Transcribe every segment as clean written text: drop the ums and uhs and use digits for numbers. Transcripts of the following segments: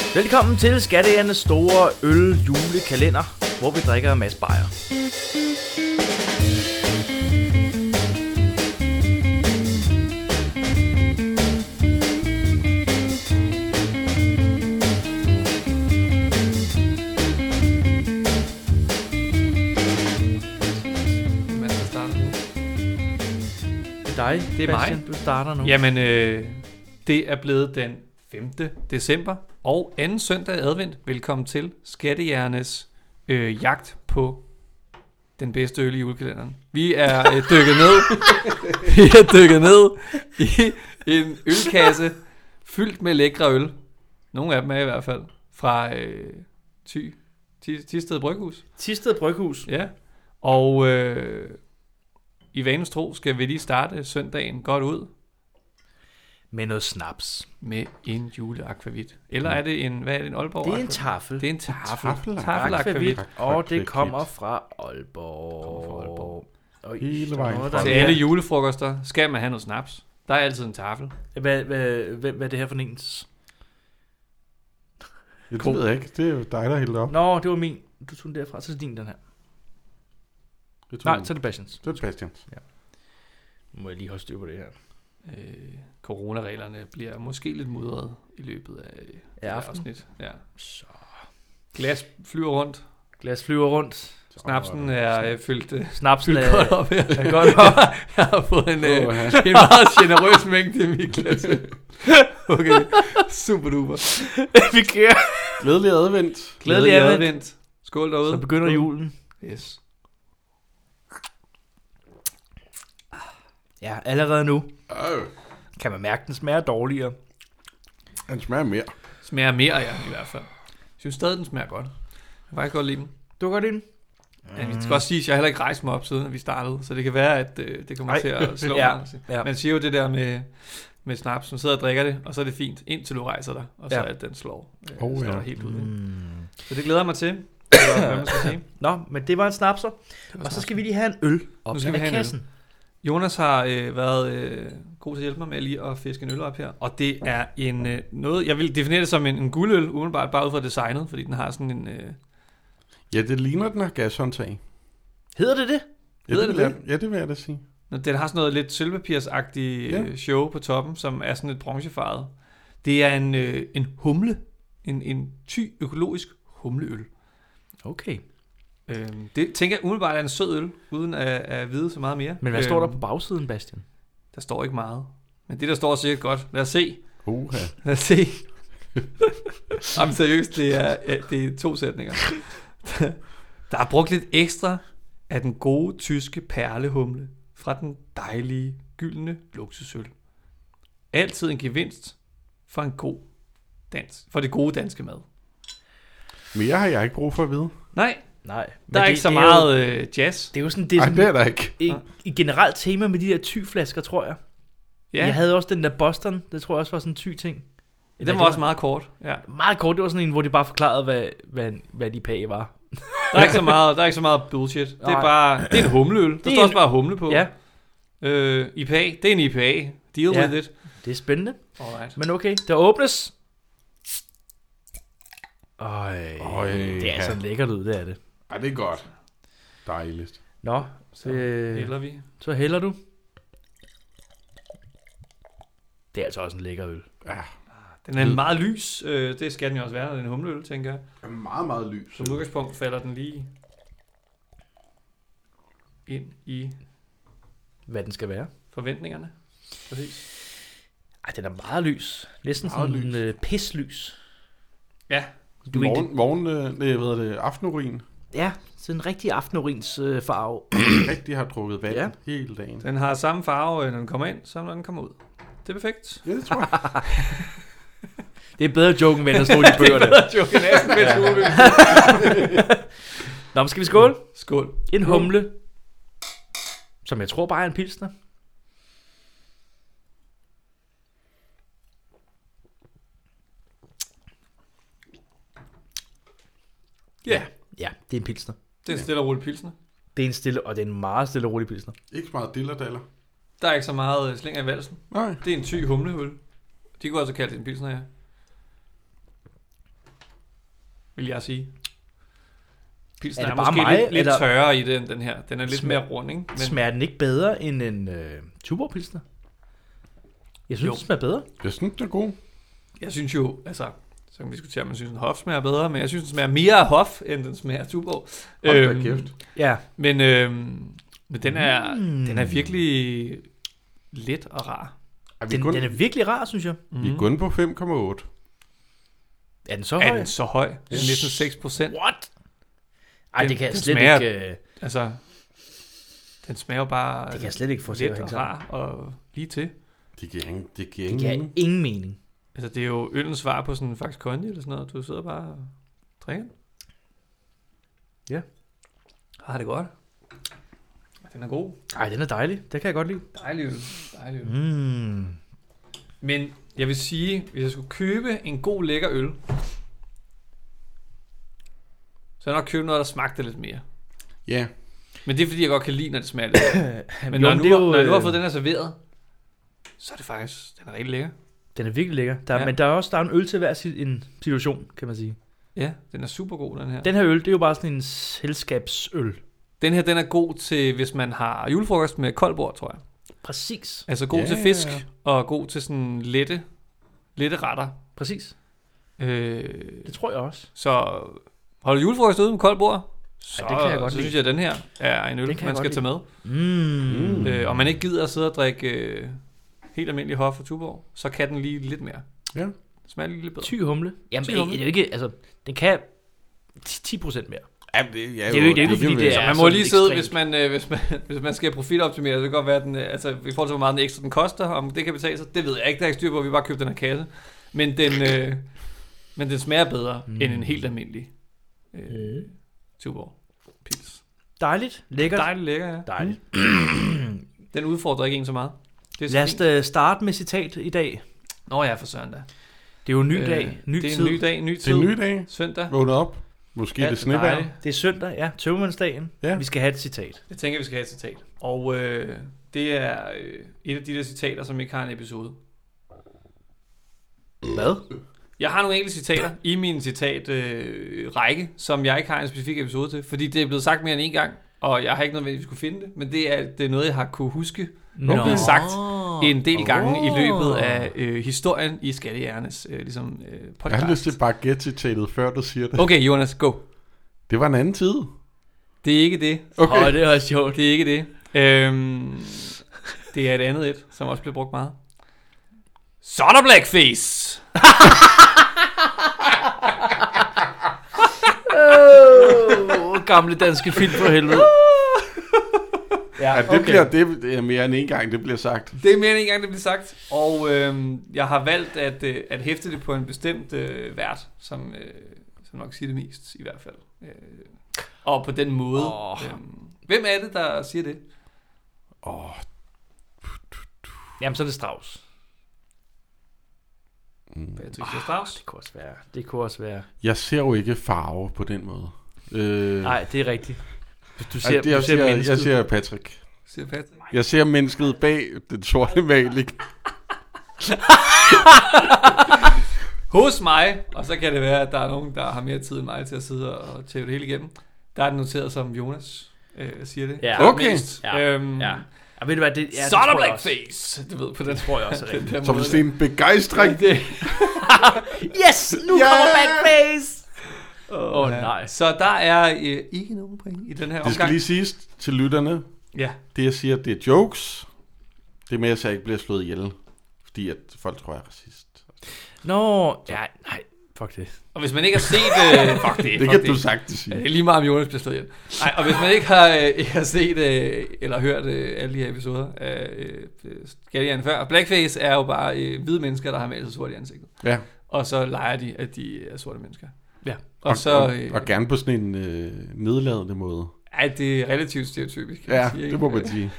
Velkommen til Skattejernes store øl-julekalender, hvor vi drikker en masse bajer. Dig, det er Bastian, mig. du starter nu. Jamen, det er blevet den 5. december og anden søndag i advent. Velkommen til Skattehjernes jagt på den bedste øl i julekalenderen. Vi er dykket ned i en ølkasse fyldt med lækre øl. Nogle af dem er i hvert fald fra Thisted Bryghus. Thisted Bryghus. Ja, og i vanens tro skal vi lige starte søndagen godt ud. Med noget snaps. Med en juleakvavit. Eller er det en, hvad er det, en Aalborg? Det er en taffel. Det er en Taffelakvavit. Og det kommer fra Aalborg. Hele vejen. Til alle julefrokoster skal man have noget snaps. Der er altid en taffel. Hvad er det her for en? Ja, det ved jeg ikke. Det er jo dig, der hælder op. Nå, det var min. Du tog den derfra, så er din den her. Nej, så er det Bastians. Det er Bastians. Ja. Nu må jeg lige holde styr på det her. Coronareglerne bliver måske lidt mudret i løbet af afsnit. Ja. Så. Glas flyver rundt. Glas flyver rundt. Snapsen er fyldt. Snapsen er godt op her. Er godt op. Jeg har fået en meget generøs mængde i mit glas. Okay, super duper. Vi kører. Glædelig advent. Glædelig advent. Skål derude. Så begynder julen. Yes. Ja, allerede nu kan man mærke, at den smager dårligere. Den smager mere. Smager mere, ja, i hvert fald. Jeg synes stadig, den smager godt. Jeg kan faktisk godt lide den. Du kan godt lide den? Ja, vi skal også sige, at jeg har heller ikke rejst mig op, siden vi startede. Så det kan være, at det kommer til at slå mig. Ja. Man siger jo det der med snaps, man sidder og drikker det, og så er det fint, indtil du rejser dig, og så er den slår helt ud. Så det glæder jeg mig til. Hvad man skal sige. Nå, men det var en snapser. Og så skal vi lige have en øl op af kassen. Jonas har været god til at hjælpe mig med lige at fiske en øl op her. Og det er en noget, jeg vil definere det som en guldøl, umiddelbart bare ud fra designet, fordi den har sådan en... Ja, det ligner, den har gashåndtag. Hedder det det? Ja, det vil jeg da sige. Den har sådan noget lidt sølvpapirsagtigt show på toppen, som er sådan et bronzefarvet. Det er en humle. En ty økologisk humleøl. Okay. Det tænker jeg umiddelbart er en sød øl, uden at vide så meget mere. Men hvad står der på bagsiden, Bastian? Der står ikke meget. Men det, der står sikkert godt. Lad os se. Lad os se. Jamen seriøst, det er 2 sætninger. Der er brugt lidt ekstra af den gode tyske perlehumle fra den dejlige, gyldne luksusøl. Altid en gevinst for for det gode danske mad. Mere har jeg ikke brug for at vide. Nej. Der er ikke så meget jazz. Det er jo sådan, det er der ikke. Et generelt tema med de der ty-flasker, tror jeg. Ja. Jeg havde også den der Boston, det tror jeg også var sådan en ty-ting. Ja, den var også meget kort. Ja. Meget kort, det var sådan en, hvor de bare forklarede, hvad de pæge var. Der er ikke så meget bullshit. Det er en humleøl. Der står også bare humle på. Ja. IPA, det er en IPA. Deal with it. Det er spændende. Alright. Men okay, der åbnes. Det er sådan lækkert ud, det er det. Ej, det er godt. Dejligt. Nå, så hælder vi. Så hælder du. Det er altså også en lækker øl. Ja. Den er meget lys. Det skal den jo også være, når det er en humleøl, tænker jeg. Den er meget, meget lys. Som udgangspunkt falder den lige ind i... hvad den skal være. Forventningerne. Præcis. Ej, den er meget lys. Næsten meget sådan en pislys. Ja. Aftenurin. Ja, sådan en rigtig aftenurins farve. Rigtig har drukket vand hele dagen. Den har samme farve, når den kommer ind, som når den kommer ud. Det er perfekt. Ja, det tror jeg. Det er bedre joke, end at stå i bøgerne. Det er bedre joke, end Nå, men skal vi skåle? Skål. En humle, som jeg tror bare er en pilsner. Ja, det er en pilsner. Det er en stille og rolig pilsner. Det er en stille, og det er en meget stille og rolig pilsner. Ikke så meget dillerdaller. Der er ikke så meget slinger i valsen. Nej. Det er en ty humleøl. De kunne også kalde det en pilsner, ja. vil jeg sige. Pilsen Er er det bare måske mig, lidt eller- tørre i den her. Den er lidt mere rund, ikke? Men Smager den ikke bedre end en Tuborg Pilsner? Jeg synes, Jo. den smager bedre. Jeg synes, det er god. jeg synes jo, altså, så kan vi diskutere, om man synes, en Hof smager bedre, men jeg synes, den smager mere af Hof, end den smager af Tuborg. Hold da kæft. Ja. Men den er virkelig let og rar. Er Den er virkelig rar, synes jeg. vi er kun på 5,8. Er den så Er høj? den så høj? Det er næsten 6%. What? Ej, det kan jeg den slet smager- ikke... Altså, den smager jo bare det kan jeg slet ikke få til at let hænge og sammen. rar og lige til. Det giver ingen Det giver mening. ingen mening. Altså, det er jo ølens svar på sådan en Faxe Kondi eller sådan noget. Du sidder bare og drikker den. Ja. Har det godt. Den er god. Ej, den er dejlig. Det kan jeg godt lide. Dejlig øl. Dejlig øl. Mm. Men jeg vil sige, hvis jeg skulle købe en god, lækker øl, så er jeg nok købe noget, der smagte lidt mere. Ja, Men det er fordi, jeg godt kan lide, når det smager lidt. Men Jo, når, det er jo, når jeg nu har fået den her serveret, så er det faktisk, den er rigtig lækker. Den er virkelig lækker. Ja. Men der er en øl til hver en situation, kan man sige. Ja, den er super god, den her. Den her øl, det er jo bare sådan en selskabsøl. Den her, den er god til, hvis man har julefrokost med kold bord, tror jeg. Præcis. Altså god Ja, til fisk, ja. og god til sådan lette retter. Præcis. Øh, Det tror jeg også. så holder julefrokost ude med kold bord, så, det kan jeg godt så lide. synes jeg, at den her er en øl, Den kan man jeg skal godt tage med. Mm. Og man ikke gider at sidde og drikke helt almindelig Hof og Tuborg, så kan den lige lidt mere. ja. Den smager lige lidt bedre. Ty humle. Jamen, Ty humle. det er jo ikke, altså, den kan 10% mere. Ja, det Det er jo ikke, fordi det Så er man må sådan lige sidde, ekstremt. hvis man skal profitoptimere, så det kan godt være, at den, altså, i forhold til, hvor meget den ekstra den koster, om det kan betale sig, det ved jeg ikke, der er ikke styr på, vi bare købte den her kasse. Men den smager bedre end en helt almindelig Tuborg Pils. Dejligt. Lækkert. Dejligt lækker, ja. Dejligt. Den udfordrer ikke en så meget. Det er så Lad fint. os starte med citat i dag. Nå ja, for søren da. Det er jo en ny dag. Ny det er tid. en ny dag, ny Det tid. er en ny dag. Søndag. Vågnet op. Måske Ja, det snevejr. dejligt. Det er søndag, ja. Tømmermandsdagen. Ja. Vi skal have et citat. Jeg tænker, vi skal have et citat. Og det er et af de der citater, som ikke har en episode. Hvad? Jeg har nogle enkelte citater i min citat-række, som jeg ikke har en specifik episode til, fordi det er blevet sagt mere end en gang, og jeg har ikke nødvendigvis skulle finde det, men det er noget, jeg har kunne huske Nå. sagt en del gange i løbet af historien i Skattejægernes podcast. Jeg har lyst til bare at gætte citatet, før du siger det. Okay, Jonas, go. Det var en anden tid. Det er ikke det. Okay. Det er også sjovt. Det er ikke det. Det er et andet et, som også bliver brugt meget. Så er der blackface. Gamle danske film for helvede. Ja, det er mere end en gang, det bliver sagt. Det er mere end en gang, det bliver sagt. Og jeg har valgt at hæfte det på en bestemt vært, som nok siger det mest, i hvert fald. Og på den måde. Hvem er det, der siger det? Jamen, så er det Strauss. Patricia Strauss. Det kunne også være. Jeg ser jo ikke farve på den måde. Nej, det er rigtigt. Du Ej, jeg ser Patrick. Siger Patrick. Jeg ser mennesket bag den sorte maling. Hos mig, og så kan det være, at der er nogen, der har mere tid end mig til at sidde og tæve det hele igennem. Der er det noteret som Jonas siger det. Ja. Okay. Mest. Ja. Ja. Og ved du hvad, det Så er der blackface. Du ved, på den tror jeg også er rigtigt. Som sådan en begejstring. Yes, nu kommer blackface. Nej. Så der er ikke nogen point i den her Det skal omgang. lige siges til lytterne. Ja. Det jeg siger, det er jokes. Det er med, at jeg ikke bliver slået ihjel. Fordi at folk tror, jeg er racist. Nå, ja, nej, fuck det. Og hvis man ikke har set... fuck det. Det kan du sagtens sige. Det er lige meget om Jonas bliver slået ihjel. Nej, og hvis man ikke har set eller hørt alle de her episoder af Skattejægerne før. Blackface er jo bare hvide mennesker, der har malet sig sort i ansigtet. Ja. Og så leger de, at de er sorte mennesker. Ja. Og gerne på sådan en nedladende måde. Ja, det er relativt stereotypisk. Kan Ja, man sige, ikke? det må man sige.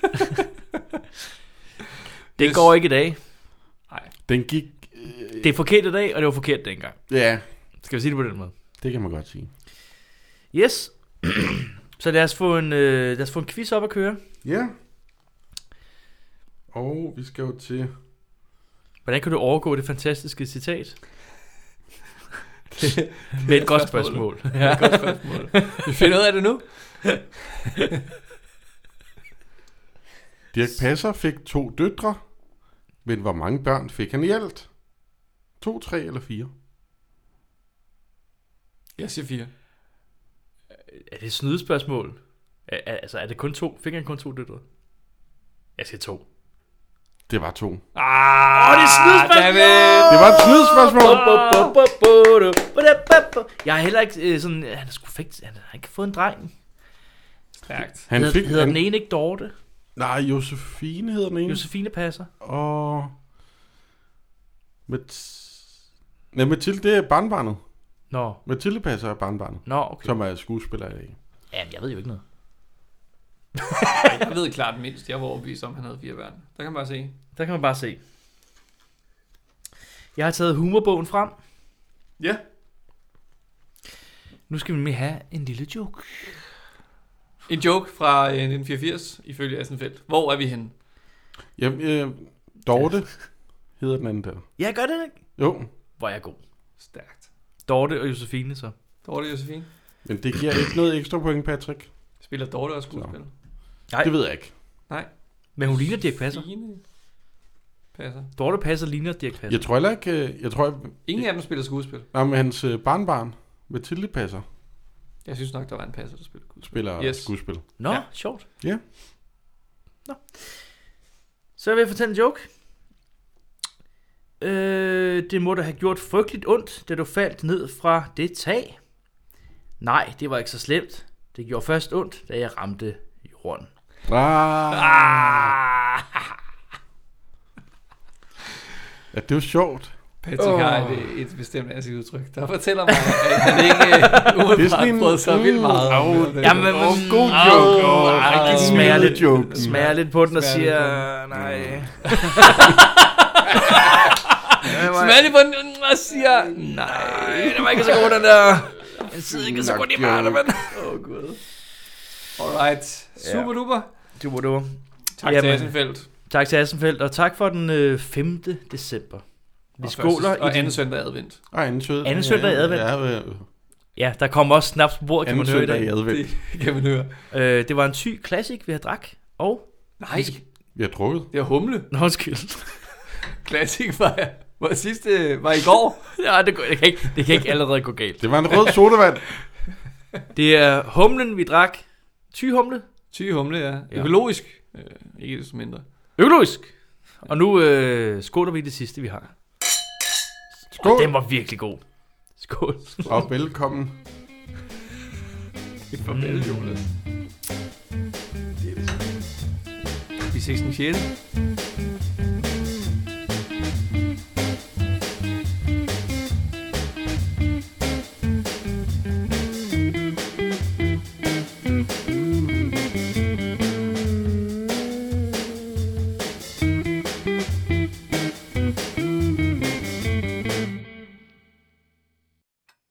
Det går ikke i dag. Nej. Den gik... Det er forkert i dag, og det var forkert dengang. Ja, Skal vi sige det på den måde? det kan man godt sige. Yes. Så lad os få en quiz op at køre. Ja. Og vi skal jo til... Hvordan kan du overgå det fantastiske citat? Med et godt spørgsmål. Ja. Et godt spørgsmål. Vi finder ud af det nu. Dirch Passer fik 2 døtre, men hvor mange børn fik han i alt? 2, 3 eller 4? Jeg siger 4. Er det et snydespørgsmål? Altså, er det kun 2? Fik han kun 2 døtre? Jeg siger 2. Det var 2. Det er et snydespørgsmål! Det var et snydespørgsmål! Jeg er heller ikke sådan... Han har ikke fået en dreng. Stærkt. Hedder den ene ikke Dorte? Nej, Josefine hedder den ene. Josefine Passer. Og... Mathilde, det er barnbarnet. Nå. Mathilde Passer er barnbarnet. Nå, okay. Som er skuespiller af. Jamen, jeg ved jo ikke noget. Jeg ved klart mindst. Jeg var overbevist om, han havde 4 børn. Der kan man bare se. Jeg har taget humorbogen frem. Ja. Nu skal vi med have en lille joke. En joke fra 1984, ifølge Assenfeldt. Hvor er vi henne? Dorte hedder den anden der. Ja, gør det ikke? Jo. Hvor er jeg god. Stærkt. Dorte og Josefine så. Dorte og Josefine. Men det giver ikke noget ekstra point, Patrick. Spiller Dorte også skuespil? Nej. Det ved jeg ikke. Nej. Men hun ligner Dirch Passer. Passer. Dorte Passer ligner Dirch Passer. Jeg tror heller ikke... Ingen af dem spiller skuespil. Nej, men hans barnbarn, Mathilde Passer, Jeg synes nok, der var en Passer, der spiller skuespil. Nå, Ja. sjovt. Ja. Nå. Så vil jeg fortælle en joke. Det må da have gjort frygteligt ondt, da du faldt ned fra det tag. Nej, det var ikke så slemt. Det gjorde først ondt, da jeg ramte jorden. Ja, det er jo sjovt. Patrick har et bestemt ansigtsudtryk, der fortæller mig, at han ikke umiddelbart brød så vildt meget. God joke. Smager lidt på den og siger, nej. Smager lidt på den og siger, nej. Det var ikke så god, den der. Den sidder ikke så godt i mig, mand. Gud. Alright. Super duper. Super. Tak til Assenfeldt. Tak til Assenfeldt, og tak for den 5. december. Vi skåler og anden søndag advent. Anden søndag advent. Ja, der kommer også snaps på bordet, kan man høre i dag. Det kan man høre. Det var en syg classic, vi har drak. Og... Nej. Vi har drukket. Det er humle. Nå, undskyld. Classic var sidste var i går. Ja, det kan ikke allerede gå galt. Det var en rød sodavand. Det er humlen, vi drak. Tyhumle. Tyhumle, ja. Økologisk. Ikke det så mindre. Økologisk. Og nu skåler vi det sidste, vi har. Skål. Den var virkelig god. Skål. Og velkommen. Farvel, Jonas. Vi ses den 6.